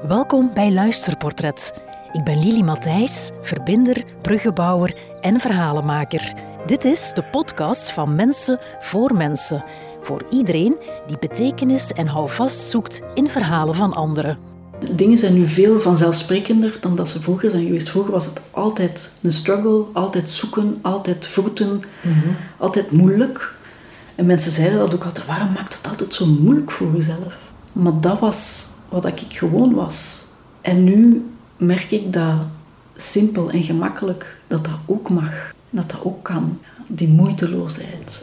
Welkom bij Luisterportret. Ik ben Lili Matthijs, verbinder, bruggenbouwer en verhalenmaker. Dit is de podcast van Mensen voor Mensen. Voor iedereen die betekenis en houvast zoekt in verhalen van anderen. Dingen zijn nu veel vanzelfsprekender dan dat ze vroeger zijn geweest. Vroeger was het altijd een struggle, altijd zoeken, altijd vroeten, altijd moeilijk. En mensen zeiden dat ook altijd, waarom maakt het altijd zo moeilijk voor jezelf? Maar dat was wat ik gewoon was. En nu merk ik dat simpel en gemakkelijk, dat ook mag. Dat ook kan. Die moeiteloosheid.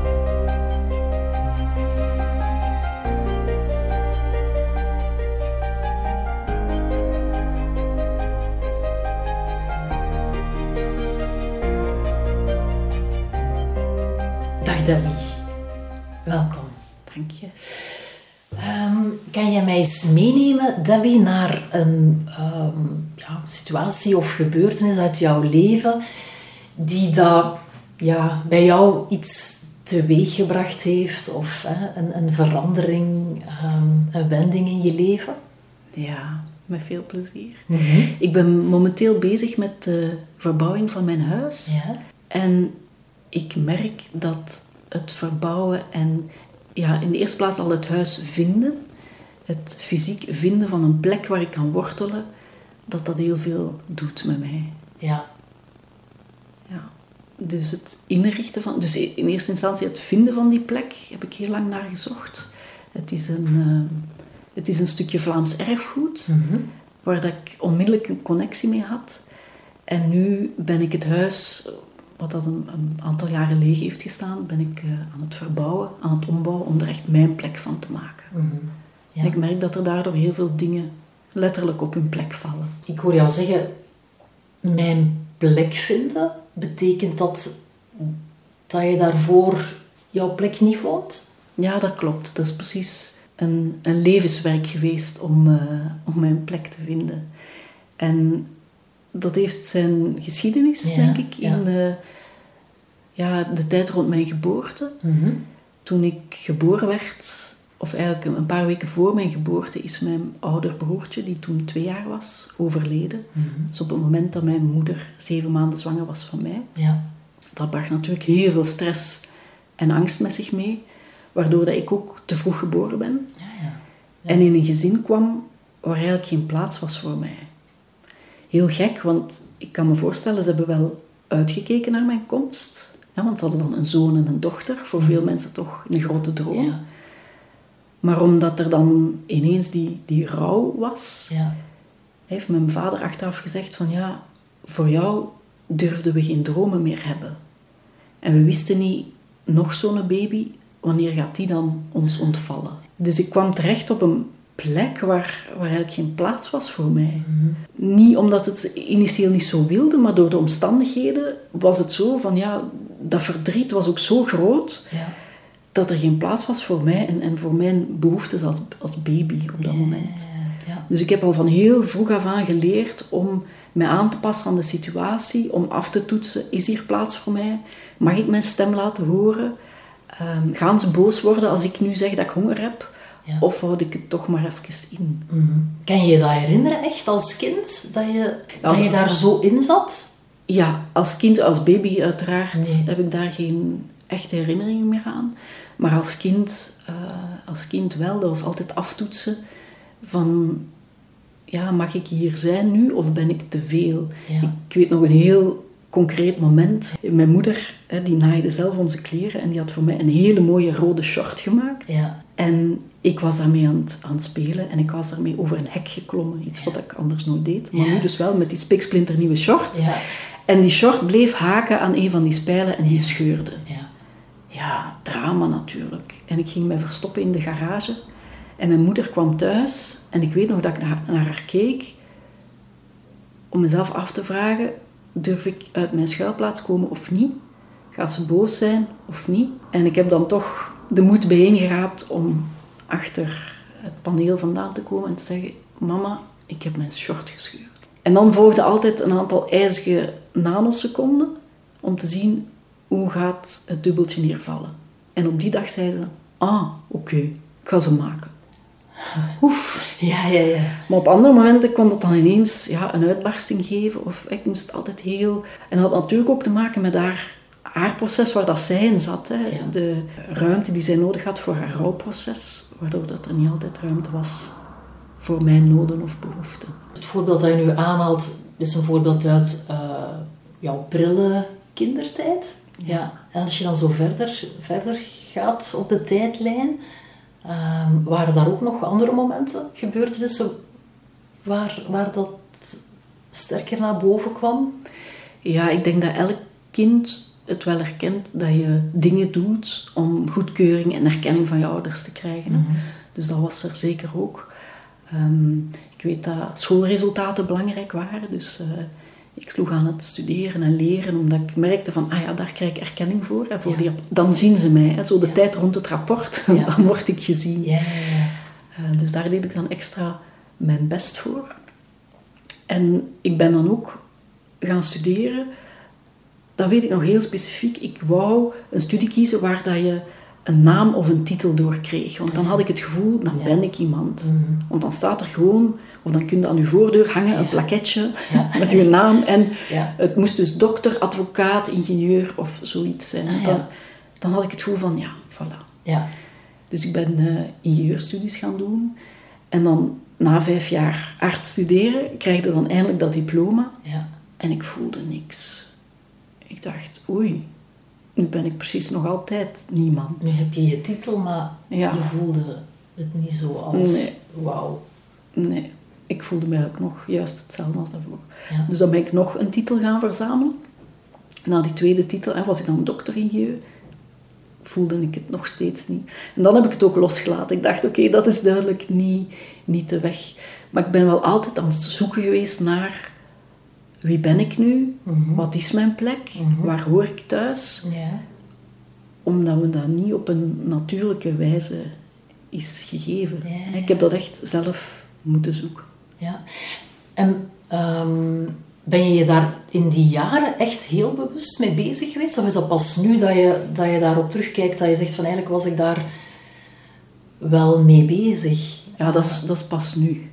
Dag Davy. Welkom. Dank je. Kan jij mij eens meenemen, Davy, naar een situatie of gebeurtenis uit jouw leven die dat, bij jou iets teweeggebracht heeft of een verandering, een wending in je leven? Ja, met veel plezier. Mm-hmm. Ik ben momenteel bezig met de verbouwing van mijn huis. Ja. En ik merk dat het verbouwen en in de eerste plaats al het huis vinden, het fysiek vinden van een plek waar ik kan wortelen, dat heel veel doet met mij. Ja. Ja. Dus het inrichten van, dus in eerste instantie het vinden van die plek, heb ik heel lang naar gezocht. Het is een stukje Vlaams erfgoed, waar dat ik onmiddellijk een connectie mee had. En nu ben ik het huis, wat dat een aantal jaren leeg heeft gestaan, ben ik aan het verbouwen, aan het ombouwen, om er echt mijn plek van te maken. Mm-hmm. Ja. En ik merk dat er daardoor heel veel dingen letterlijk op hun plek vallen. Ik hoor jou zeggen, mijn plek vinden, betekent dat je daarvoor jouw plek niet vond? Ja, dat klopt. Dat is precies een levenswerk geweest om mijn plek te vinden. En dat heeft zijn geschiedenis, denk ik, in de tijd rond mijn geboorte. Mm-hmm. Toen ik geboren werd, of eigenlijk een paar weken voor mijn geboorte, is mijn ouder broertje, die toen 2 jaar was, overleden. Mm-hmm. Dus op het moment dat mijn moeder 7 maanden zwanger was van mij. Ja. Dat bracht natuurlijk heel veel stress en angst met zich mee, waardoor dat ik ook te vroeg geboren ben. Ja. En in een gezin kwam waar eigenlijk geen plaats was voor mij. Heel gek, want ik kan me voorstellen, ze hebben wel uitgekeken naar mijn komst. Ja, want ze hadden dan een zoon en een dochter. Voor veel mensen toch een grote droom. Ja. Maar omdat er dan ineens die rouw was, heeft mijn vader achteraf gezegd van voor jou durfden we geen dromen meer hebben. En we wisten niet, nog zo'n baby, wanneer gaat die dan ons ontvallen? Dus ik kwam terecht op een plek waar eigenlijk geen plaats was voor mij. Mm-hmm. Niet omdat het initieel niet zo wilde, maar door de omstandigheden was het zo van dat verdriet was ook zo groot dat er geen plaats was voor mij en voor mijn behoeftes als baby op dat moment. Ja. Dus ik heb al van heel vroeg af aan geleerd om mij aan te passen aan de situatie, om af te toetsen, is hier plaats voor mij? Mag ik mijn stem laten horen? Gaan ze boos worden als ik nu zeg dat ik honger heb? Ja. Of houd ik het toch maar even in? Mm-hmm. Kan je je dat herinneren echt als kind? Dat je daar zo in zat? Ja, als kind, als baby uiteraard heb ik daar geen echte herinneringen meer aan. Maar als kind wel, dat was altijd aftoetsen van mag ik hier zijn nu of ben ik te veel? Ja. Ik weet nog een heel concreet moment. Mijn moeder, die naaide zelf onze kleren en die had voor mij een hele mooie rode short gemaakt. Ja. En ik was daarmee aan het spelen en ik was daarmee over een hek geklommen. Iets wat ik anders nooit deed. Maar nu dus wel met die spiksplinternieuwe short. Ja. En die short bleef haken aan een van die spijlen en die scheurde. Ja, drama natuurlijk. En ik ging mij verstoppen in de garage. En mijn moeder kwam thuis. En ik weet nog dat ik naar haar keek. Om mezelf af te vragen, durf ik uit mijn schuilplaats komen of niet? Gaat ze boos zijn of niet? En ik heb dan toch de moed bijeengeraapt om achter het paneel vandaan te komen en te zeggen, mama, ik heb mijn short gescheurd. En dan volgde altijd een aantal ijzige nanoseconden om te zien hoe gaat het dubbeltje neervallen. En op die dag zeiden ze, oké, ik ga ze maken. oef. Ja. Maar op andere momenten kon dat dan ineens een uitbarsting geven. Of ik moest altijd heel... En dat had natuurlijk ook te maken met haar proces waar dat zij in zat. Hè. Ja. De ruimte die zij nodig had voor haar rouwproces. Waardoor dat er niet altijd ruimte was voor mijn noden of behoeften. Het voorbeeld dat je nu aanhaalt is een voorbeeld uit jouw prille kindertijd. Ja. En als je dan zo verder gaat op de tijdlijn, waren daar ook nog andere momenten, gebeurtenissen, waar dat sterker naar boven kwam? Ja, ik denk dat elk kind het wel herkent dat je dingen doet om goedkeuring en erkenning van je ouders te krijgen. Mm-hmm. Dus dat was er zeker ook. Ik weet dat schoolresultaten belangrijk waren, dus ik sloeg aan het studeren en leren, omdat ik merkte van, daar krijg ik erkenning voor. En voor dan zien ze mij, hè, zo de tijd rond het rapport, dan word ik gezien. Ja. Dus daar deed ik dan extra mijn best voor. En ik ben dan ook gaan studeren, dat weet ik nog heel specifiek. Ik wou een studie kiezen waar dat je een naam of een titel doorkreeg. Want dan had ik het gevoel, dan ben ik iemand. Mm-hmm. Want dan staat er gewoon, of dan kun je aan je voordeur hangen, een plaketje met je naam. En het moest dus dokter, advocaat, ingenieur of zoiets zijn. Dan had ik het gevoel van, voilà. Ja. Dus ik ben ingenieurstudies gaan doen. En dan na 5 jaar arts studeren, krijg je dan eindelijk dat diploma. Ja. En ik voelde niks. Ik dacht, oei, nu ben ik precies nog altijd niemand. Nu heb je je titel, maar je voelde het niet zo als wauw. Nee, ik voelde mij ook nog juist hetzelfde als daarvoor. Ja. Dus dan ben ik nog een titel gaan verzamelen. Na die tweede titel was ik dan dokter-ingenieur. Voelde ik het nog steeds niet. En dan heb ik het ook losgelaten. Ik dacht, oké, dat is duidelijk niet de weg. Maar ik ben wel altijd aan het zoeken geweest naar... Wie ben ik nu? Mm-hmm. Wat is mijn plek? Mm-hmm. Waar hoor ik thuis? Ja. Omdat me dat niet op een natuurlijke wijze is gegeven. Ja. Ik heb dat echt zelf moeten zoeken. Ja. En ben je daar in die jaren echt heel bewust mee bezig geweest? Of is dat pas nu dat je daarop terugkijkt, dat je zegt van eigenlijk was ik daar wel mee bezig? Ja, dat is pas nu.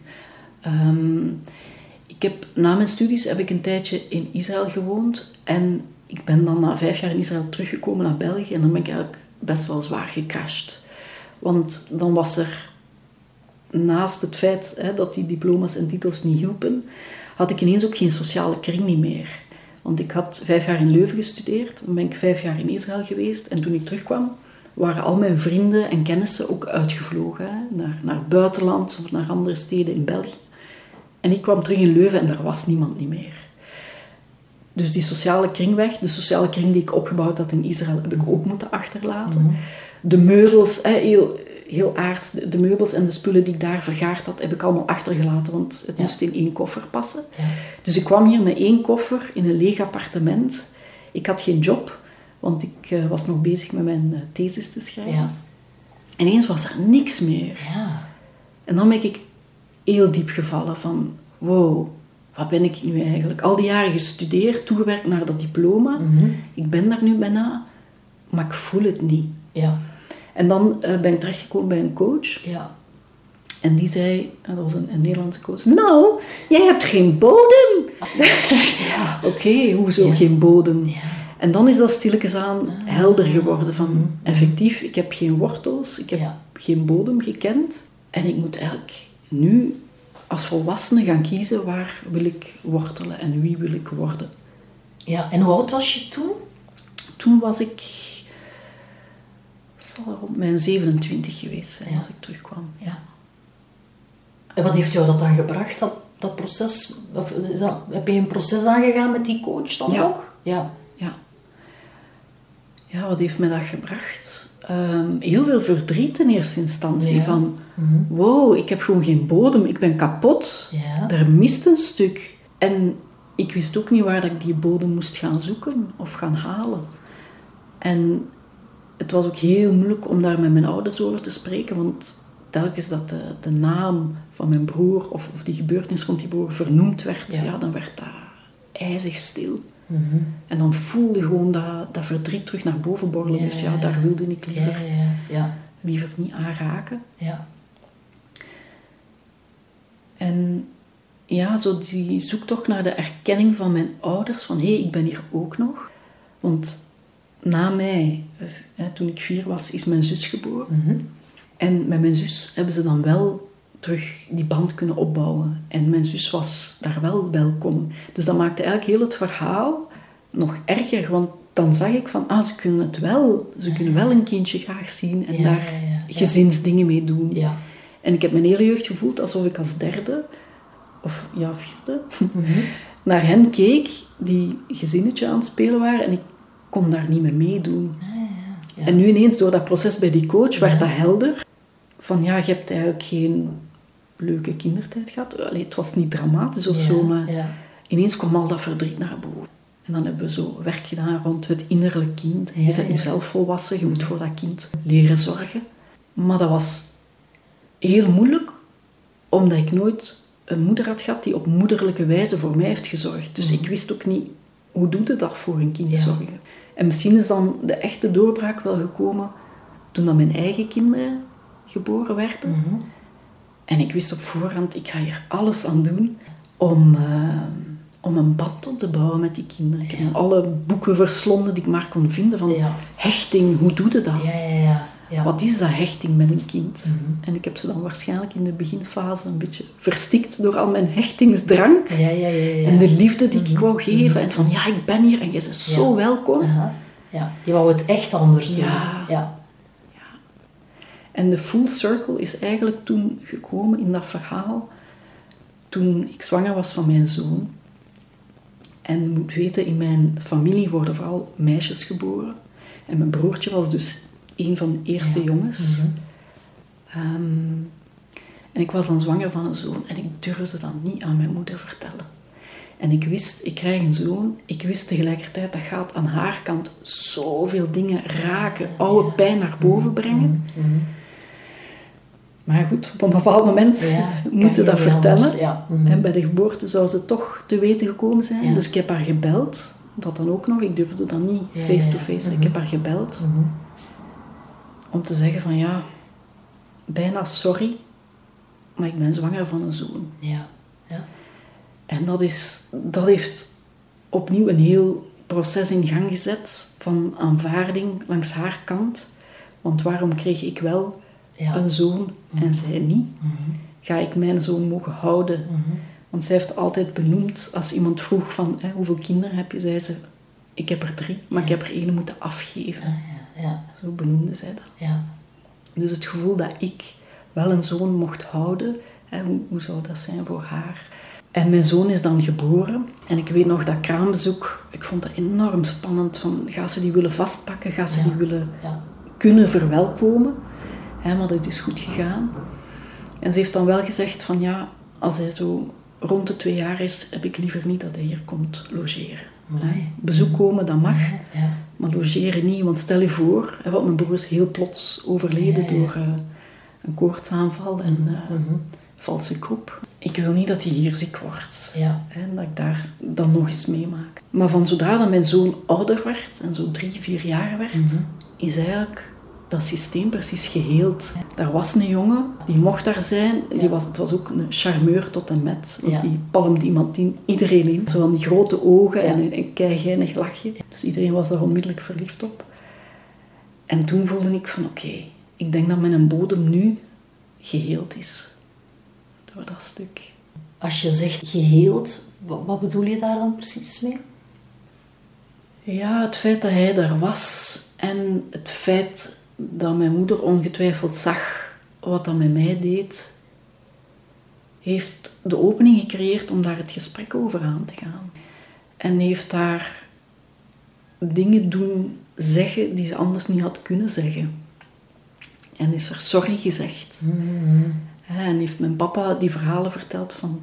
Na mijn studies heb ik een tijdje in Israël gewoond. En ik ben dan na 5 jaar in Israël teruggekomen naar België. En dan ben ik eigenlijk best wel zwaar gecrashed. Want dan was er, naast het feit dat die diploma's en titels niet hielpen, had ik ineens ook geen sociale kring niet meer. Want ik had 5 jaar in Leuven gestudeerd. Dan ben ik 5 jaar in Israël geweest. En toen ik terugkwam, waren al mijn vrienden en kennissen ook uitgevlogen. Naar het buitenland of naar andere steden in België. En ik kwam terug in Leuven en daar was niemand niet meer. Dus die sociale kring weg, de sociale kring die ik opgebouwd had in Israël, heb ik ook moeten achterlaten. Mm-hmm. De meubels, heel aards, de meubels en de spullen die ik daar vergaard had, heb ik allemaal achtergelaten, want het moest in 1 koffer passen. Ja. Dus ik kwam hier met 1 koffer in een leeg appartement. Ik had geen job, want ik was nog bezig met mijn thesis te schrijven. Ja. En ineens was er niks meer. Ja. En dan ben ik heel diep gevallen van, wow, wat ben ik nu eigenlijk? Al die jaren gestudeerd, toegewerkt naar dat diploma. Mm-hmm. Ik ben daar nu bijna, maar ik voel het niet. Ja. En dan ben ik terechtgekomen bij een coach. Ja. En die zei, dat was een Nederlandse coach, nou, jij hebt geen bodem. Ja. Oké, hoezo geen bodem? Ja. En dan is dat stilletjes aan helder geworden van, effectief, ik heb geen wortels, ik heb geen bodem gekend. En ik moet eigenlijk nu als volwassene gaan kiezen waar wil ik wortelen en wie wil ik worden. Ja, en hoe oud was je toen? Toen was ik, zal rond mijn 27 geweest zijn als ik terugkwam. Ja. En wat heeft jou dat dan gebracht, dat proces? Of heb je een proces aangegaan met die coach dan ook? Ja. Ja, wat heeft mij dat gebracht? Heel veel verdriet in eerste instantie. Ja. Van, wow, ik heb gewoon geen bodem, ik ben kapot. Ja. Er mist een stuk. En ik wist ook niet waar dat ik die bodem moest gaan zoeken of gaan halen. En het was ook heel moeilijk om daar met mijn ouders over te spreken, want telkens dat de naam van mijn broer of die gebeurtenis rond die broer vernoemd werd, dan werd dat ijzig stil. Mm-hmm. En dan voelde gewoon dat verdriet terug naar boven borrelen. Dus daar wilde ik liever niet aan raken. Ja. En ja, zo die zoektocht naar de erkenning van mijn ouders, van hé, ik ben hier ook nog. Want na mij, toen ik 4 was, is mijn zus geboren. Mm-hmm. En met mijn zus hebben ze dan wel terug die band kunnen opbouwen. En mijn zus was daar wel welkom. Dus dat maakte eigenlijk heel het verhaal nog erger. Want dan zag ik van, ze kunnen het wel. Ze kunnen wel een kindje graag zien en daar gezinsdingen mee doen. Ja. En ik heb mijn hele jeugd gevoeld alsof ik als 3e, of 4e, Mm-hmm. naar hen keek die gezinnetje aan het spelen waren. En ik kon daar niet mee meedoen. Ja. En nu ineens, door dat proces bij die coach, werd dat helder. Van je hebt eigenlijk geen leuke kindertijd gehad. Allee, het was niet dramatisch of zo, maar ineens kwam al dat verdriet naar boven. En dan hebben we zo werk gedaan rond het innerlijk kind. Je bent nu zelf volwassen, je moet voor dat kind leren zorgen. Maar dat was heel moeilijk, omdat ik nooit een moeder had gehad die op moederlijke wijze voor mij heeft gezorgd. Dus ik wist ook niet, hoe doe je dat voor een kind zorgen? En misschien is dan de echte doorbraak wel gekomen toen dan mijn eigen kinderen geboren werden. Mm-hmm. En ik wist op voorhand, ik ga hier alles aan doen om een band op te bouwen met die kinderen. Ik heb alle boeken verslonden die ik maar kon vinden van hechting, hoe doe je dat? Ja. Wat is dat hechting met een kind? Mm-hmm. En ik heb ze dan waarschijnlijk in de beginfase een beetje verstikt door al mijn hechtingsdrang. Ja. En de liefde die ik wou geven. En van, ik ben hier en je bent zo welkom. Ja. Je wou het echt anders doen. Ja. En de full circle is eigenlijk toen gekomen in dat verhaal, toen ik zwanger was van mijn zoon. En je moet weten, in mijn familie worden vooral meisjes geboren. En mijn broertje was dus een van de eerste jongens. Mm-hmm. En ik was dan zwanger van een zoon en ik durfde dat niet aan mijn moeder vertellen. En ik wist, ik krijg een zoon. Ik wist tegelijkertijd, dat gaat aan haar kant zoveel dingen raken, oude pijn naar boven brengen. Mm-hmm. Maar goed, op een bepaald moment moet je dat vertellen. Mm-hmm. En bij de geboorte zou ze toch te weten gekomen zijn. Ja. Dus ik heb haar gebeld. Dat dan ook nog. Ik durfde dan niet face-to-face. Mm-hmm. Ik heb haar gebeld. Mm-hmm. Om te zeggen van bijna sorry, maar ik ben zwanger van een zoon. Ja. En dat heeft opnieuw een heel proces in gang gezet van aanvaarding langs haar kant. Want waarom kreeg ik wel een zoon en zij niet? Mm-hmm. Ga ik mijn zoon mogen houden? Mm-hmm. Want zij heeft altijd benoemd, als iemand vroeg van hoeveel kinderen heb je, zei ze, ik heb er 3, maar ik heb er 1 moeten afgeven. Ja. Zo benoemde zij dat. Ja. Dus het gevoel dat ik wel een zoon mocht houden, hoe zou dat zijn voor haar? En mijn zoon is dan geboren. En ik weet nog dat kraambezoek, ik vond dat enorm spannend. Van, gaat ze die willen vastpakken? Gaat ze die willen kunnen verwelkomen? Maar dat is goed gegaan. En ze heeft dan wel gezegd van als hij zo rond de 2 jaar is, heb ik liever niet dat hij hier komt logeren. Bezoek komen, dat mag. Maar logeren niet, want stel je voor, want mijn broer is heel plots overleden door een koortsaanval en valse koep. Ik wil niet dat hij hier ziek wordt. En dat ik daar dan nog eens meemaak. Maar van zodra dat mijn zoon ouder werd, en zo 3-4 jaar werd, is eigenlijk dat systeem precies geheeld. Daar was een jongen, die mocht daar zijn. Het was ook een charmeur tot en met. Want die palmde iedereen in. Zo van die grote ogen en een keigeinig lachje. Dus iedereen was daar onmiddellijk verliefd op. En toen voelde ik van oké, ik denk dat mijn bodem nu geheeld is. Door dat stuk. Als je zegt geheeld, wat bedoel je daar dan precies mee? Ja, het feit dat hij er was en het feit dat mijn moeder ongetwijfeld zag wat dat met mij deed, heeft de opening gecreëerd om daar het gesprek over aan te gaan. En heeft daar dingen doen zeggen die ze anders niet had kunnen zeggen. En is er sorry gezegd. Mm-hmm. En heeft mijn papa die verhalen verteld van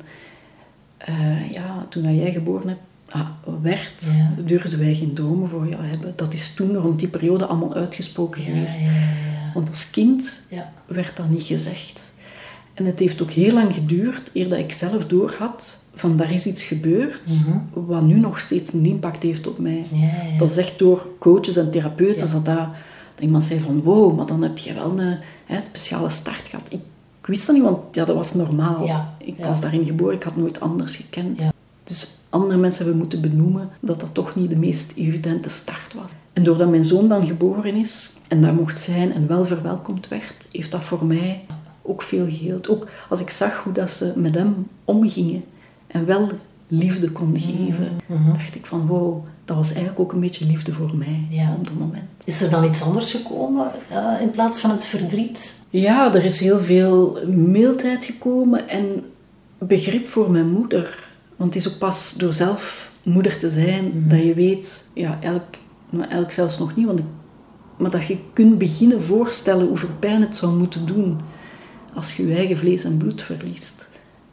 toen jij geboren werd, durfden wij geen dromen voor jou hebben. Dat is toen rond die periode allemaal uitgesproken geweest. Want als kind werd dat niet gezegd. En het heeft ook heel lang geduurd eer dat ik zelf doorhad van daar is iets gebeurd wat nu nog steeds een impact heeft op mij. Dat is echt door coaches en therapeuten dat iemand zei van wow, maar dan heb je wel een speciale start gehad. Ik Ik wist dat niet, want ja, dat was normaal. Ja, Ik ja. was daarin geboren, ik had nooit anders gekend. Ja. Dus andere mensen hebben moeten benoemen dat dat toch niet de meest evidente start was. En doordat mijn zoon dan geboren is en daar mocht zijn en wel verwelkomd werd, heeft dat voor mij ook veel geheeld. Ook als ik zag hoe dat ze met hem omgingen en wel liefde konden geven, dacht ik van wow, dat was eigenlijk ook een beetje liefde voor mij op dat moment. Is er dan iets anders gekomen in plaats van het verdriet? Ja, er is heel veel mildheid gekomen en begrip voor mijn moeder. Want het is ook pas door zelf moeder te zijn dat je weet, ja, elk zelfs nog niet, maar dat je kunt beginnen voorstellen hoeveel pijn het zou moeten doen als je je eigen vlees en bloed verliest.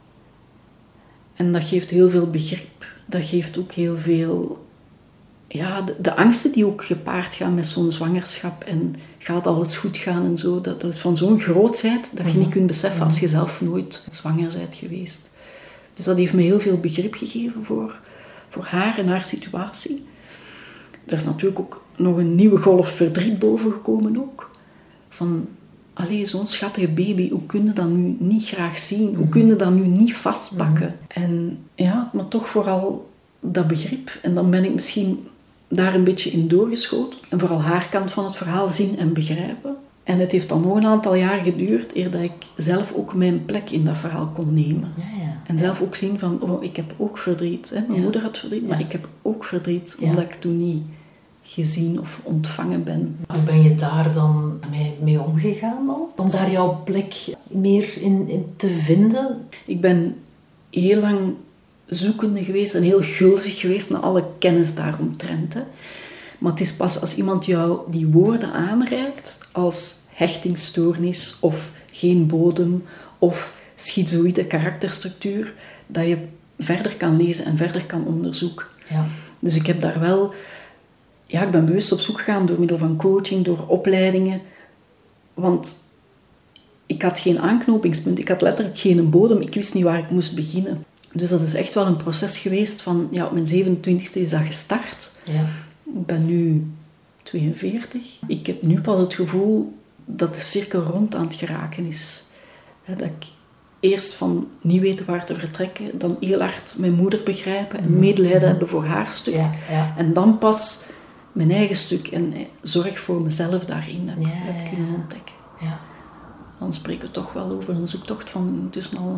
En dat geeft heel veel begrip. Dat geeft ook heel veel... Ja, de angsten die ook gepaard gaan met zo'n zwangerschap en gaat alles goed gaan en zo, dat is van zo'n grootheid dat je niet kunt beseffen als je zelf nooit zwanger bent geweest. Dus dat heeft me heel veel begrip gegeven voor haar en haar situatie. Er is natuurlijk ook nog een nieuwe golf verdriet bovengekomen ook. Van, allee, zo'n schattige baby, hoe kun je dat nu niet graag zien? Hoe kun je dat nu niet vastpakken? En ja, maar toch vooral dat begrip. En dan ben ik misschien daar een beetje in doorgeschoten. En vooral haar kant van het verhaal zien en begrijpen. En het heeft dan nog een aantal jaar geduurd eer dat ik zelf ook mijn plek in dat verhaal kon nemen. Ja. En zelf ook zien van, oh, ik heb ook verdriet. Hè? Mijn moeder had verdriet, maar ik heb ook verdriet omdat ik toen niet gezien of ontvangen ben. Hoe ben je daar dan mee omgegaan dan? Om daar jouw plek meer in te vinden? Ik ben heel lang zoekende geweest en heel gulzig geweest naar alle kennis daaromtrent. Hè. Maar het is pas als iemand jou die woorden aanreikt als hechtingsstoornis of geen bodem of schizoïde karakterstructuur, dat je verder kan lezen en verder kan onderzoeken. Ja. Dus ik heb daar wel... Ja, ik ben bewust op zoek gegaan door middel van coaching, door opleidingen. Want ik had geen aanknopingspunt. Ik had letterlijk geen bodem. Ik wist niet waar ik moest beginnen. Dus dat is echt wel een proces geweest van... Ja, op mijn 27e is dat gestart. Ja. Ik ben nu 42. Ik heb nu pas het gevoel dat de cirkel rond aan het geraken is. Dat ik eerst van niet weten waar te vertrekken, dan heel hard mijn moeder begrijpen en medelijden hebben voor haar stuk. Ja. En dan pas mijn eigen stuk en zorg voor mezelf daarin heb kunnen ontdekken. Ja. Dan spreken we toch wel over een zoektocht van intussen al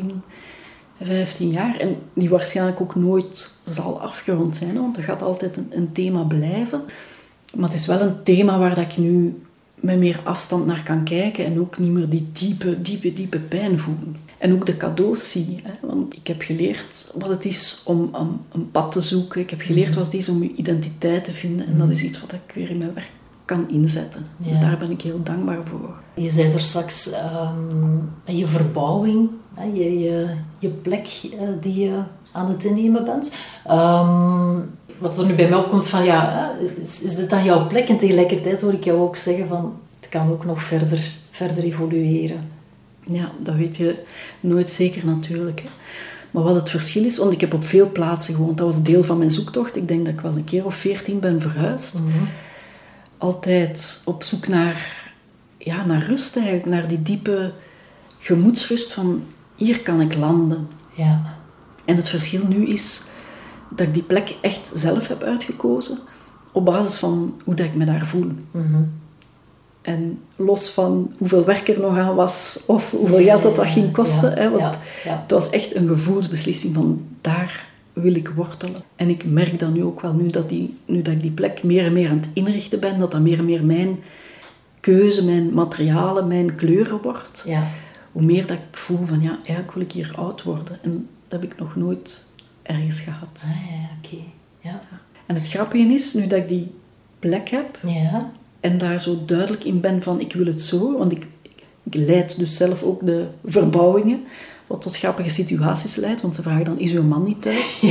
15 jaar. En die waarschijnlijk ook nooit zal afgerond zijn, want dat gaat altijd een thema blijven. Maar het is wel een thema waar dat ik nu met meer afstand naar kan kijken en ook niet meer die diepe pijn voel. En ook de cadeaus zie. Hè? Want ik heb geleerd wat het is om een pad te zoeken. Ik heb geleerd wat het is om je identiteit te vinden. En dat is iets wat ik weer in mijn werk kan inzetten. Ja. Dus daar ben ik heel dankbaar voor. Je zei er straks je verbouwing, je plek die je aan het innemen bent. Wat er nu bij mij opkomt van, is dit dan jouw plek? En tegelijkertijd hoor ik jou ook zeggen van, het kan ook nog verder evolueren. Ja, dat weet je nooit zeker natuurlijk. Hè. Maar wat het verschil is, want ik heb op veel plaatsen gewoond. Dat was deel van mijn zoektocht. Ik denk dat ik wel een keer of 14 ben verhuisd. Altijd op zoek naar rust eigenlijk. Naar die diepe gemoedsrust van, hier kan ik landen. Ja. En het verschil nu is dat ik die plek echt zelf heb uitgekozen. Op basis van hoe dat ik me daar voel. En los van hoeveel werk er nog aan was of hoeveel geld dat ging kosten. Hè, want het was echt een gevoelsbeslissing van daar wil ik wortelen. En ik merk dat nu ook wel, nu dat ik die plek meer en meer aan het inrichten ben, dat meer en meer mijn keuze, mijn materialen, mijn kleuren wordt. Ja. Hoe meer dat ik voel van eigenlijk wil ik hier oud worden. En dat heb ik nog nooit ergens gehad. Oké. Ja. En het grappige is, nu dat ik die plek heb... Ja. En daar zo duidelijk in ben van, ik wil het zo. Want ik leid dus zelf ook de verbouwingen. Wat tot grappige situaties leidt. Want ze vragen dan, is uw man niet thuis?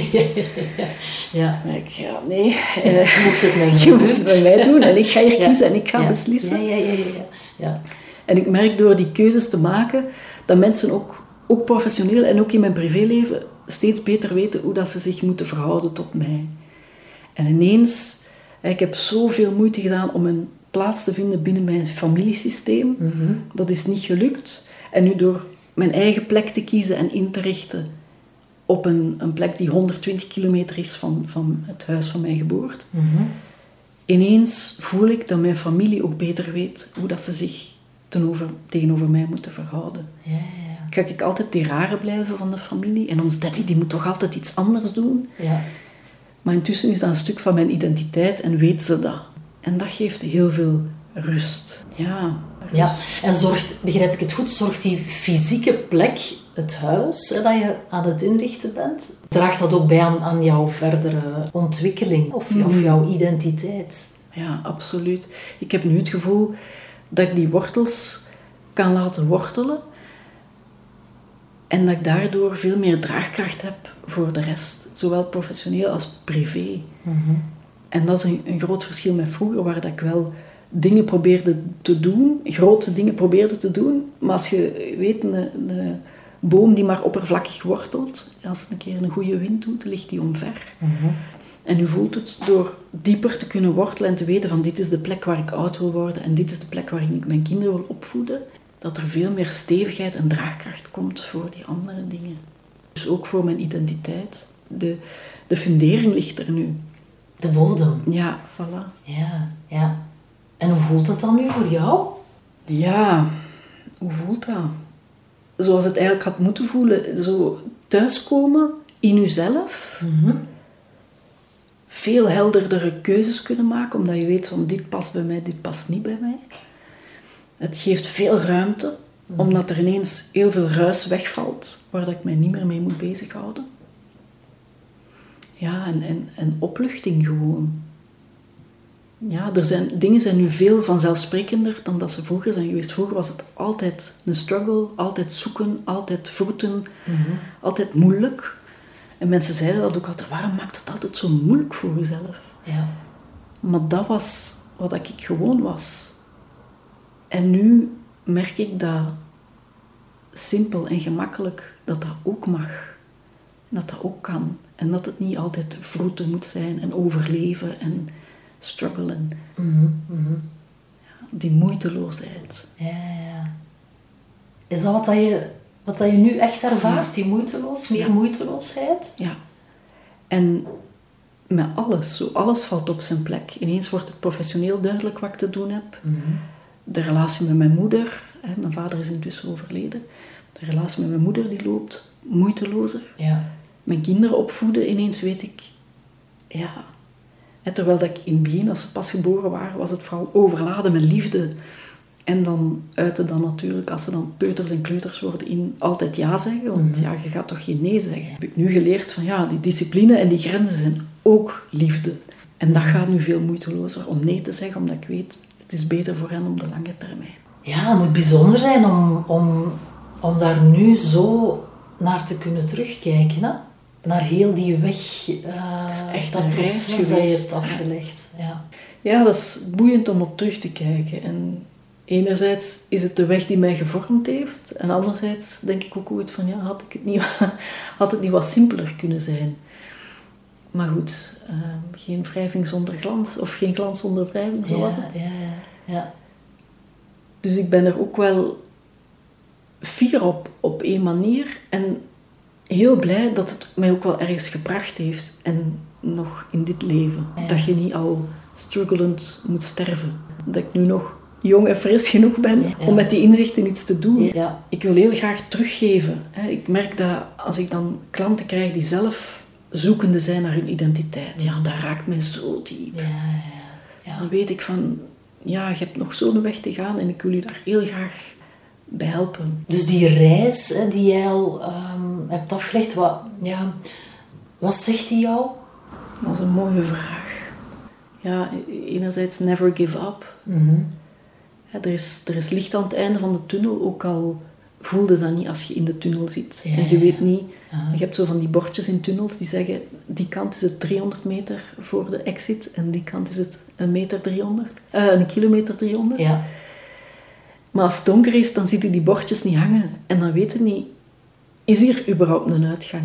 Ja. En nee. Je moet het met je moet het bij mij doen. En ik ga hier kiezen en ik ga beslissen. Ja. En ik merk door die keuzes te maken, dat mensen ook professioneel en ook in mijn privéleven steeds beter weten hoe dat ze zich moeten verhouden tot mij. En ineens... Ik heb zoveel moeite gedaan om een plaats te vinden binnen mijn familiesysteem. Dat is niet gelukt. En nu door mijn eigen plek te kiezen en in te richten op een plek die 120 kilometer is van het huis van mijn geboorte. Ineens voel ik dat mijn familie ook beter weet hoe dat ze zich tegenover mij moeten verhouden. Ga ik altijd die rare blijven van de familie? En ons daddy die moet toch altijd iets anders doen? Ja. Maar intussen is dat een stuk van mijn identiteit en weet ze dat. En dat geeft heel veel rust. Ja, rust. Ja, en begrijp ik het goed, zorgt die fysieke plek, het huis, dat je aan het inrichten bent, draagt dat ook bij aan jouw verdere ontwikkeling of jouw identiteit? Ja, absoluut. Ik heb nu het gevoel dat ik die wortels kan laten wortelen en dat ik daardoor veel meer draagkracht heb voor de rest, zowel professioneel als privé. En dat is een groot verschil met vroeger, waar dat ik wel dingen probeerde te doen, grote dingen probeerde te doen, maar als je weet, een boom die maar oppervlakkig wortelt, als het een keer een goede wind doet, ligt die omver. En u voelt het door dieper te kunnen wortelen en te weten van dit is de plek waar ik oud wil worden en dit is de plek waar ik mijn kinderen wil opvoeden, dat er veel meer stevigheid en draagkracht komt voor die andere dingen. Dus ook voor mijn identiteit. De fundering ligt er nu. De bodem. Ja, voilà. Ja. En hoe voelt dat dan nu voor jou? Ja, hoe voelt dat? Zoals het eigenlijk had moeten voelen. Zo thuiskomen in uzelf. Veel helderdere keuzes kunnen maken, omdat je weet van dit past bij mij, dit past niet bij mij. Het geeft veel ruimte, omdat er ineens heel veel ruis wegvalt, waar dat ik mij niet meer mee moet bezighouden. Ja, en opluchting gewoon. Ja, dingen zijn nu veel vanzelfsprekender dan dat ze vroeger zijn geweest. Vroeger was het altijd een struggle, altijd zoeken, altijd vroeten, altijd moeilijk. En mensen zeiden dat ook altijd, waarom maakt het altijd zo moeilijk voor jezelf? Ja. Maar dat was wat ik gewoon was. En nu merk ik dat simpel en gemakkelijk dat ook mag. Dat dat ook kan. En dat het niet altijd vroeten moet zijn en overleven en struggelen. Ja, die moeiteloosheid. Ja. Is dat wat je nu echt ervaart? Die moeiteloosheid? Ja. En met alles valt op zijn plek. Ineens wordt het professioneel duidelijk wat ik te doen heb. De relatie met mijn moeder, mijn vader is intussen overleden. De relatie met mijn moeder die loopt moeitelozer. Ja. Mijn kinderen opvoeden, ineens weet ik, ja. En terwijl dat ik in het begin, als ze pas geboren waren, was het vooral overladen met liefde. En dan uiten dan natuurlijk, als ze dan peuters en kleuters worden, in altijd ja zeggen. Want ja, je gaat toch geen nee zeggen. Heb ik nu geleerd van ja, die discipline en die grenzen zijn ook liefde. En dat gaat nu veel moeitelozer om nee te zeggen, omdat ik weet, het is beter voor hen op de lange termijn. Ja, het moet bijzonder zijn om daar nu zo naar te kunnen terugkijken, hè? Naar heel die weg, het is echt dat een proces reis dat je geweest. hebt afgelegd. Ja, dat is boeiend om op terug te kijken. En enerzijds is het de weg die mij gevormd heeft. En anderzijds denk ik ook ooit van, ja, had het niet wat simpeler kunnen zijn. Maar goed, geen wrijving zonder glans. Of geen glans zonder wrijving, zo was het. Ja. Dus ik ben er ook wel fier op één manier. En heel blij dat het mij ook wel ergens gebracht heeft. En nog in dit leven. Ja. Dat je niet al struggelend moet sterven. Dat ik nu nog jong en fris genoeg ben om met die inzichten iets te doen. Ja. Ik wil heel graag teruggeven. Ik merk dat als ik dan klanten krijg die zelf zoekende zijn naar hun identiteit. Ja, dat raakt mij zo diep. Ja. Dan weet ik van, ja, je hebt nog zo'n weg te gaan en ik wil je daar heel graag bij helpen. Dus die reis die jij al hebt afgelegd, wat zegt die jou? Dat is een mooie vraag. Ja, enerzijds never give up. Ja, er is licht aan het einde van de tunnel, ook al voelde dat niet als je in de tunnel zit. Ja, en je weet niet, ja. Je hebt zo van die bordjes in tunnels die zeggen, die kant is het 300 meter voor de exit en die kant is het 1 kilometer 300. Ja. Maar als het donker is, dan zie je die bordjes niet hangen. En dan weet je niet, is hier überhaupt een uitgang?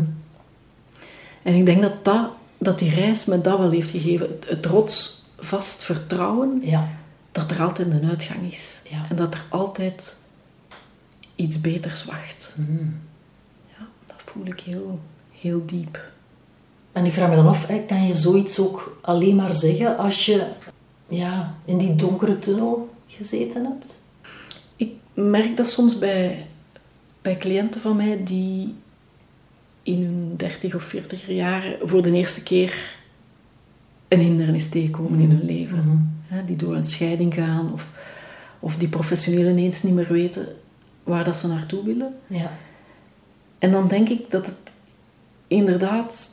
En ik denk dat die reis me dat wel heeft gegeven. Het rotsvast vertrouwen dat er altijd een uitgang is. Ja. En dat er altijd iets beters wacht. Ja, dat voel ik heel, heel diep. En ik vraag me dan af, kan je zoiets ook alleen maar zeggen als je in die donkere tunnel gezeten hebt? Ik merk dat soms bij cliënten van mij die in hun 30 of 40 jaar voor de eerste keer een hindernis tegenkomen in hun leven. Die door een scheiding gaan of die professioneel ineens niet meer weten waar dat ze naartoe willen. Ja. En dan denk ik dat het inderdaad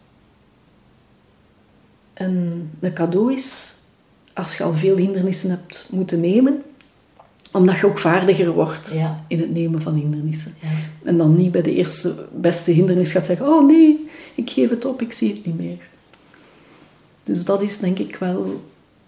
een cadeau is als je al veel hindernissen hebt moeten nemen, omdat je ook vaardiger wordt in het nemen van hindernissen. Ja. En dan niet bij de eerste beste hindernis gaat zeggen, oh nee, ik geef het op, ik zie het niet meer. Dus dat is denk ik wel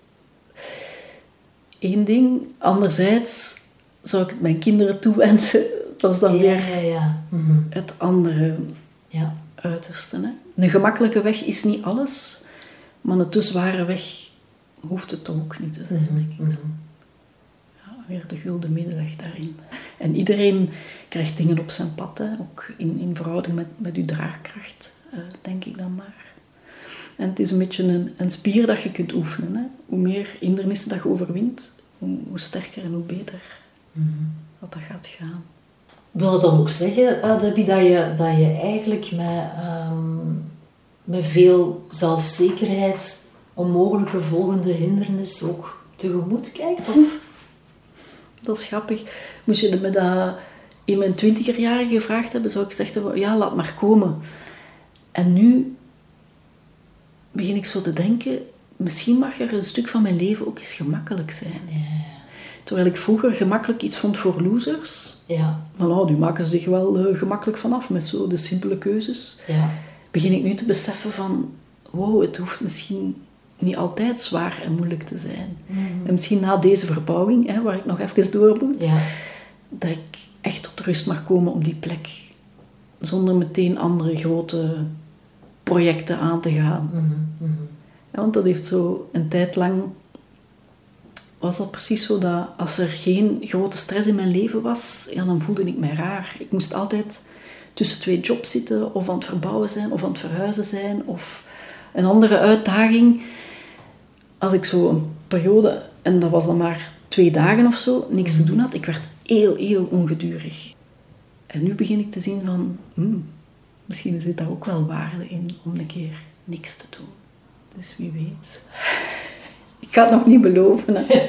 één ding. Anderzijds zou ik het mijn kinderen toewensen. Dat is dan weer het andere uiterste. Hè? Een gemakkelijke weg is niet alles, maar een te zware weg hoeft het ook niet te zijn, denk ik. Ja, weer de gulden middenweg daarin. En iedereen krijgt dingen op zijn pad, hè? Ook in verhouding met uw draagkracht, denk ik dan maar. En het is een beetje een spier dat je kunt oefenen. Hè? Hoe meer hindernissen dat je overwint, hoe sterker en hoe beter dat gaat gaan. Wil dat dan ook zeggen, Debbie, dat je eigenlijk met veel zelfzekerheid een mogelijke volgende hindernis ook tegemoet kijkt? Of? Dat is grappig. Moest je me dat in mijn 20er-jaren gevraagd hebben, zou ik zeggen, ja, laat maar komen. En nu begin ik zo te denken, misschien mag er een stuk van mijn leven ook eens gemakkelijk zijn. Ja. Terwijl ik vroeger gemakkelijk iets vond voor losers. Ja. Nou, die maken zich wel gemakkelijk vanaf met zo de simpele keuzes. Ja. Begin ik nu te beseffen van, wow, het hoeft misschien niet altijd zwaar en moeilijk te zijn. En misschien na deze verbouwing, waar ik nog even door moet, dat ik echt tot rust mag komen op die plek. Zonder meteen andere grote projecten aan te gaan. Ja, want dat heeft zo een tijd lang, was dat precies zo dat als er geen grote stress in mijn leven was, dan voelde ik mij raar. Ik moest altijd tussen 2 jobs zitten, of aan het verbouwen zijn, of aan het verhuizen zijn, of een andere uitdaging. Als ik zo een periode, en dat was dan maar 2 dagen of zo, niks te doen had, ik werd heel, heel ongedurig. En nu begin ik te zien van, misschien zit daar ook wel waarde in om een keer niks te doen. Dus wie weet. Ik ga het nog niet beloven. Hè.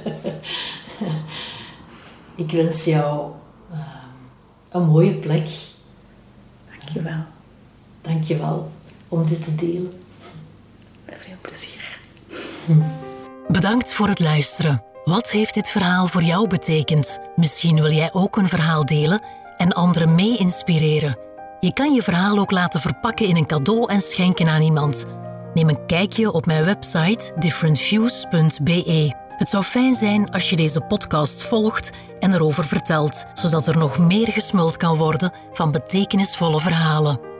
Ik wens jou een mooie plek. Dankjewel. Dankjewel om dit te delen. Met veel plezier. Bedankt voor het luisteren. Wat heeft dit verhaal voor jou betekend? Misschien wil jij ook een verhaal delen en anderen mee inspireren. Je kan je verhaal ook laten verpakken in een cadeau en schenken aan iemand. Neem een kijkje op mijn website differentviews.be. Het zou fijn zijn als je deze podcast volgt en erover vertelt, zodat er nog meer gesmuld kan worden van betekenisvolle verhalen.